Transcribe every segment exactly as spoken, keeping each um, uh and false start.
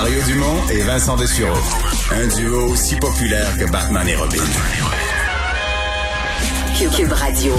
Mario Dumont et Vincent Dessureau. Un duo aussi populaire que Batman et Robin. Cube Radio.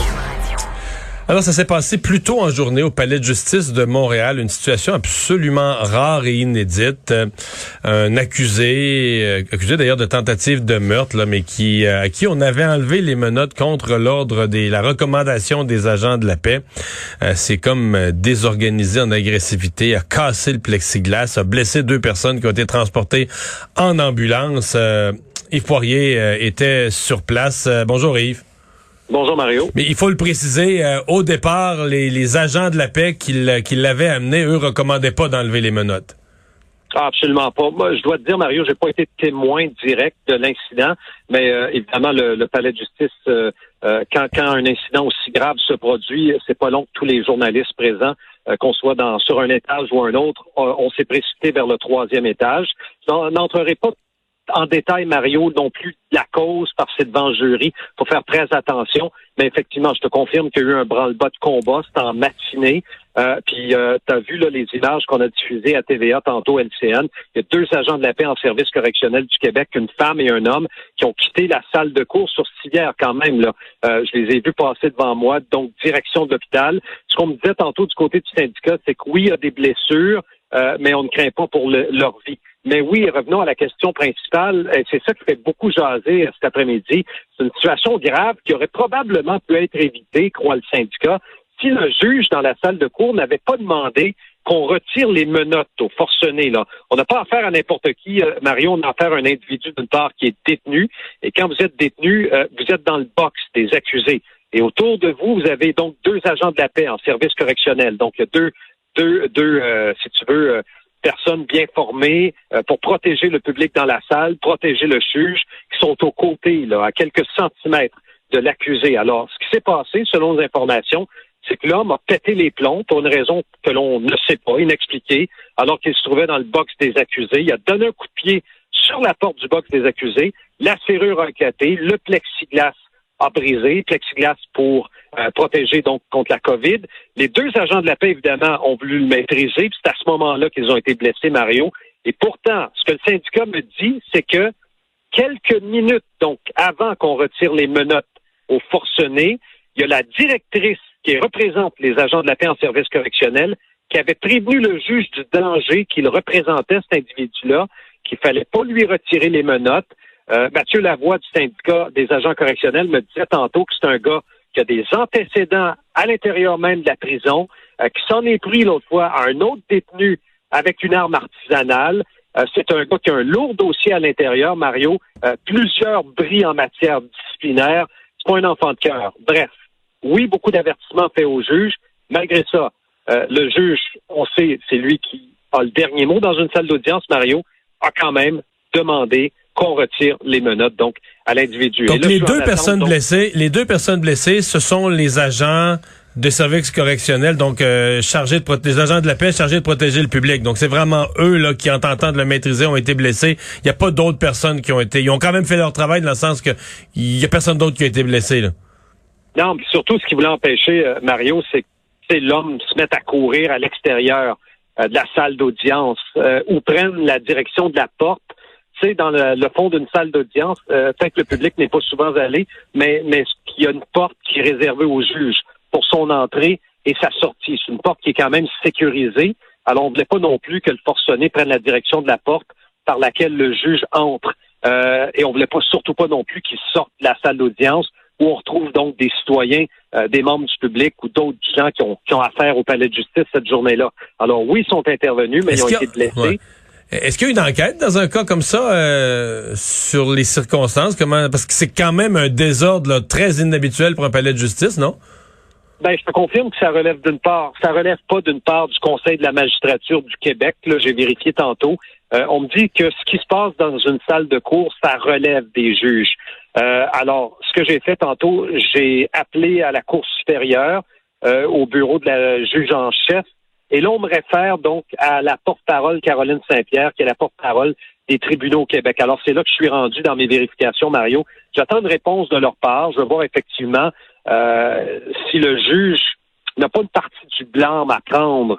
Alors, ça s'est passé plus tôt en journée au Palais de justice de Montréal, une situation absolument rare et inédite. Euh, un accusé, euh, accusé d'ailleurs de tentative de meurtre, là, mais qui euh, à qui on avait enlevé les menottes contre l'ordre des la recommandation des agents de la paix. Euh, c'est comme euh, désorganisé en agressivité, a cassé le plexiglas, a blessé deux personnes qui ont été transportées en ambulance. Euh, Yves Poirier euh, était sur place. Euh, bonjour Yves. Bonjour Mario. Mais il faut le préciser, euh, au départ, les, les agents de la paix qui, qui l'avaient amené, eux, recommandaient pas d'enlever les menottes. Ah, absolument pas. Moi, je dois te dire, Mario, j'ai pas été témoin direct de l'incident, mais euh, évidemment, le, le palais de justice, euh, euh, quand, quand un incident aussi grave se produit, c'est pas long que tous les journalistes présents, euh, qu'on soit dans sur un étage ou un autre, on, on s'est précipité vers le troisième étage. Je n'entrerai pas en détail, Mario, non plus la cause, parce que c'est devant le jury. Faut faire très attention. Mais effectivement, je te confirme qu'il y a eu un branle-bas de combat. C'était en matinée. Euh, puis, euh, tu as vu là les images qu'on a diffusées à T V A tantôt, L C N. Il y a deux agents de la paix en service correctionnel du Québec, une femme et un homme, qui ont quitté la salle de cours sur civière quand même. Là, euh, je les ai vus passer devant moi, donc direction de l'hôpital. Ce qu'on me disait tantôt du côté du syndicat, c'est que oui, il y a des blessures, euh, mais on ne craint pas pour le, leur vie. Mais oui, revenons à la question principale. C'est ça qui fait beaucoup jaser cet après-midi. C'est une situation grave qui aurait probablement pu être évitée, croit le syndicat, si le juge dans la salle de cour n'avait pas demandé qu'on retire les menottes aux forcenés. Là. On n'a pas affaire à n'importe qui, euh, Mario, on a affaire à un individu d'une part qui est détenu. Et quand vous êtes détenu, euh, vous êtes dans le box des accusés. Et autour de vous, vous avez donc deux agents de la paix en service correctionnel. Donc, il y a deux, deux, deux, euh, si tu veux, euh, personnes bien formées euh, pour protéger le public dans la salle, protéger le juge, qui sont aux côtés, là, à quelques centimètres de l'accusé. Alors, ce qui s'est passé, selon les informations, c'est que l'homme a pété les plombs pour une raison que l'on ne sait pas, inexpliquée, alors qu'il se trouvait dans le box des accusés. Il a donné un coup de pied sur la porte du box des accusés. La serrure a éclaté, le plexiglas a brisé, plexiglas pour euh, protéger donc contre la COVID. Les deux agents de la paix, évidemment, ont voulu le maîtriser, puis c'est à ce moment-là qu'ils ont été blessés, Mario. Et pourtant, ce que le syndicat me dit, c'est que quelques minutes, donc avant qu'on retire les menottes aux forcenés, il y a la directrice qui représente les agents de la paix en service correctionnel qui avait prévenu le juge du danger qu'il représentait, cet individu-là, qu'il fallait pas lui retirer les menottes. Euh, Mathieu Lavoie du syndicat des agents correctionnels me disait tantôt que c'est un gars qui a des antécédents à l'intérieur même de la prison, euh, qui s'en est pris l'autre fois à un autre détenu avec une arme artisanale. Euh, c'est un gars qui a un lourd dossier à l'intérieur, Mario, euh, plusieurs bris en matière disciplinaire. C'est pas un enfant de cœur. Bref, oui, beaucoup d'avertissements faits au juge. Malgré ça, euh, le juge, on sait, c'est lui qui a le dernier mot dans une salle d'audience, Mario, a quand même demandé qu'on retire les menottes, donc, à l'individu. Donc, là, les deux attente, personnes donc... blessées, les deux personnes blessées, ce sont les agents de service correctionnel, donc euh, chargés de protéger, les agents de la paix chargés de protéger le public. Donc, c'est vraiment eux là qui, en tentant de le maîtriser, ont été blessés. Il n'y a pas d'autres personnes qui ont été... Ils ont quand même fait leur travail dans le sens que il y a personne d'autre qui a été blessé, là. Non, mais surtout, ce qui voulait empêcher, euh, Mario, c'est que l'homme se mette à courir à l'extérieur euh, de la salle d'audience euh, ou prenne la direction de la porte. Tu sais, dans le, le fond d'une salle d'audience, euh, peut-être que le public n'est pas souvent allé, mais, mais il y a une porte qui est réservée au juge pour son entrée et sa sortie. C'est une porte qui est quand même sécurisée. Alors, on ne voulait pas non plus que le forcené prenne la direction de la porte par laquelle le juge entre. Euh, et on ne voulait pas, surtout pas non plus qu'il sorte de la salle d'audience où on retrouve donc des citoyens, euh, des membres du public ou d'autres gens qui ont, qui ont affaire au palais de justice cette journée-là. Alors oui, ils sont intervenus, mais Est-ce ils ont qu'il été blessés. Ouais. Est-ce qu'il y a une enquête dans un cas comme ça euh, sur les circonstances? Comment Parce que c'est quand même un désordre là, très inhabituel pour un palais de justice, non? Ben, je te confirme que ça relève d'une part, ça relève pas d'une part du Conseil de la magistrature du Québec. Là, j'ai vérifié tantôt. Euh, on me dit que ce qui se passe dans une salle de cour, ça relève des juges. Euh, alors, ce que j'ai fait tantôt, j'ai appelé à la Cour supérieure, euh, au bureau de la juge en chef, et là, on me réfère donc à la porte-parole Caroline Saint-Pierre, qui est la porte-parole des tribunaux au Québec. Alors, c'est là que je suis rendu dans mes vérifications, Mario. J'attends une réponse de leur part. Je veux voir effectivement euh, si le juge n'a pas une partie du blâme à prendre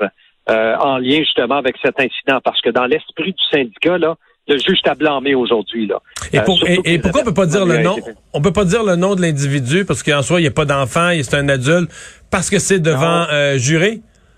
euh, en lien justement avec cet incident, parce que dans l'esprit du syndicat, là, le juge t'a blâmé aujourd'hui, là. Et, pour, euh, et, et pourquoi on peut pas dire le nom? On peut pas dire le nom de l'individu parce qu'en soi, il n'y a pas d'enfant, c'est un adulte, parce que c'est devant euh, jury?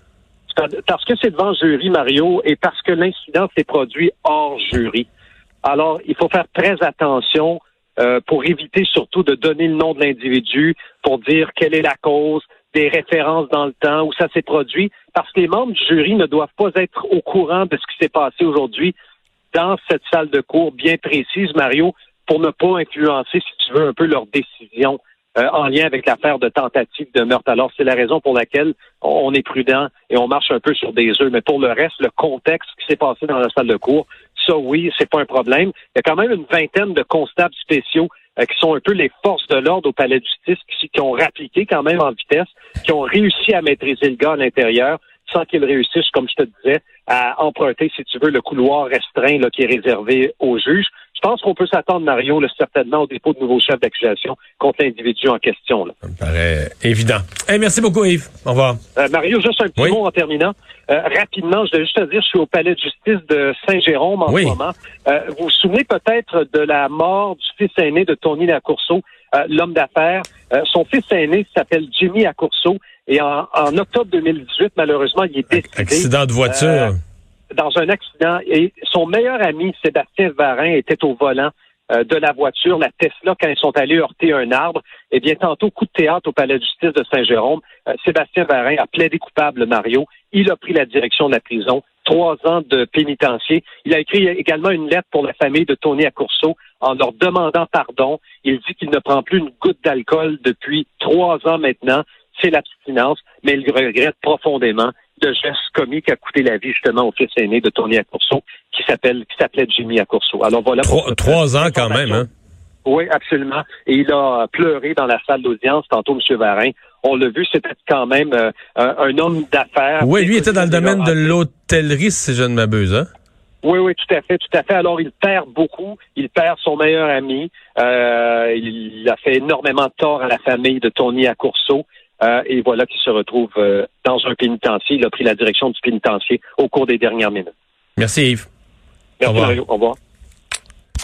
Parce que c'est devant jury, Mario, et parce que l'incident s'est produit hors jury. Alors, il faut faire très attention euh, pour éviter surtout de donner le nom de l'individu, pour dire quelle est la cause, des références dans le temps où ça s'est produit, parce que les membres du jury ne doivent pas être au courant de ce qui s'est passé aujourd'hui dans cette salle de cours bien précise, Mario, pour ne pas influencer, si tu veux, un peu leur décision euh, en lien avec l'affaire de tentative de meurtre. Alors, c'est la raison pour laquelle on est prudent et on marche un peu sur des œufs. Mais pour le reste, le contexte qui s'est passé dans la salle de cours, ça, oui, c'est pas un problème. Il y a quand même une vingtaine de constables spéciaux euh, qui sont un peu les forces de l'ordre au palais de justice, qui, qui ont rappliqué quand même en vitesse, qui ont réussi à maîtriser le gars à l'intérieur, sans qu'il réussisse, comme je te disais, à emprunter, si tu veux, le couloir restreint là, qui est réservé aux juges. Je pense qu'on peut s'attendre, Mario, là, certainement au dépôt de nouveaux chefs d'accusation contre l'individu en question. Là. Ça me paraît évident. Hey, merci beaucoup, Yves. Au revoir. Euh, Mario, juste un petit oui. mot en terminant. Euh, rapidement, je voulais juste te dire, je suis au palais de justice de Saint-Jérôme en oui. ce moment. Euh, vous vous souvenez peut-être de la mort du fils aîné de Tony Accourceau, euh, l'homme d'affaires. Euh, son fils aîné s'appelle Jimmy Accourceau. Et en, en octobre deux mille dix-huit, malheureusement, il est décédé. Accident de voiture. Euh, dans un accident. Et son meilleur ami, Sébastien Varin, était au volant euh, de la voiture, la Tesla, quand ils sont allés heurter un arbre. Eh bien, tantôt, coup de théâtre au palais de justice de Saint-Jérôme. Euh, Sébastien Varin a plaidé coupable, Mario. Il a pris la direction de la prison. Trois ans de pénitencier. Il a écrit également une lettre pour la famille de Tony Accourceau en leur demandant pardon. Il dit qu'il ne prend plus une goutte d'alcool depuis trois ans maintenant. C'est l'abstinence, mais il regrette profondément le geste commis qui a coûté la vie justement au fils aîné de Tony Accourceau, qui s'appelle qui s'appelait Jimmy Accourceau. Alors voilà. Trois, trois ans quand même, hein? Oui, absolument. Et il a pleuré dans la salle d'audience, tantôt M. Varin. On l'a vu, c'était quand même euh, un, un homme d'affaires. Oui, lui était dans le domaine de l'hôtellerie, si je ne m'abuse, hein? Oui, oui, tout à fait, tout à fait. Alors, il perd beaucoup. Il perd son meilleur ami. Euh, il a fait énormément de tort à la famille de Tony Accourceau. Euh, et voilà qu'il se retrouve euh, dans un pénitencier. Il a pris la direction du pénitencier au cours des dernières minutes. Merci Yves. Merci Mario. Au revoir.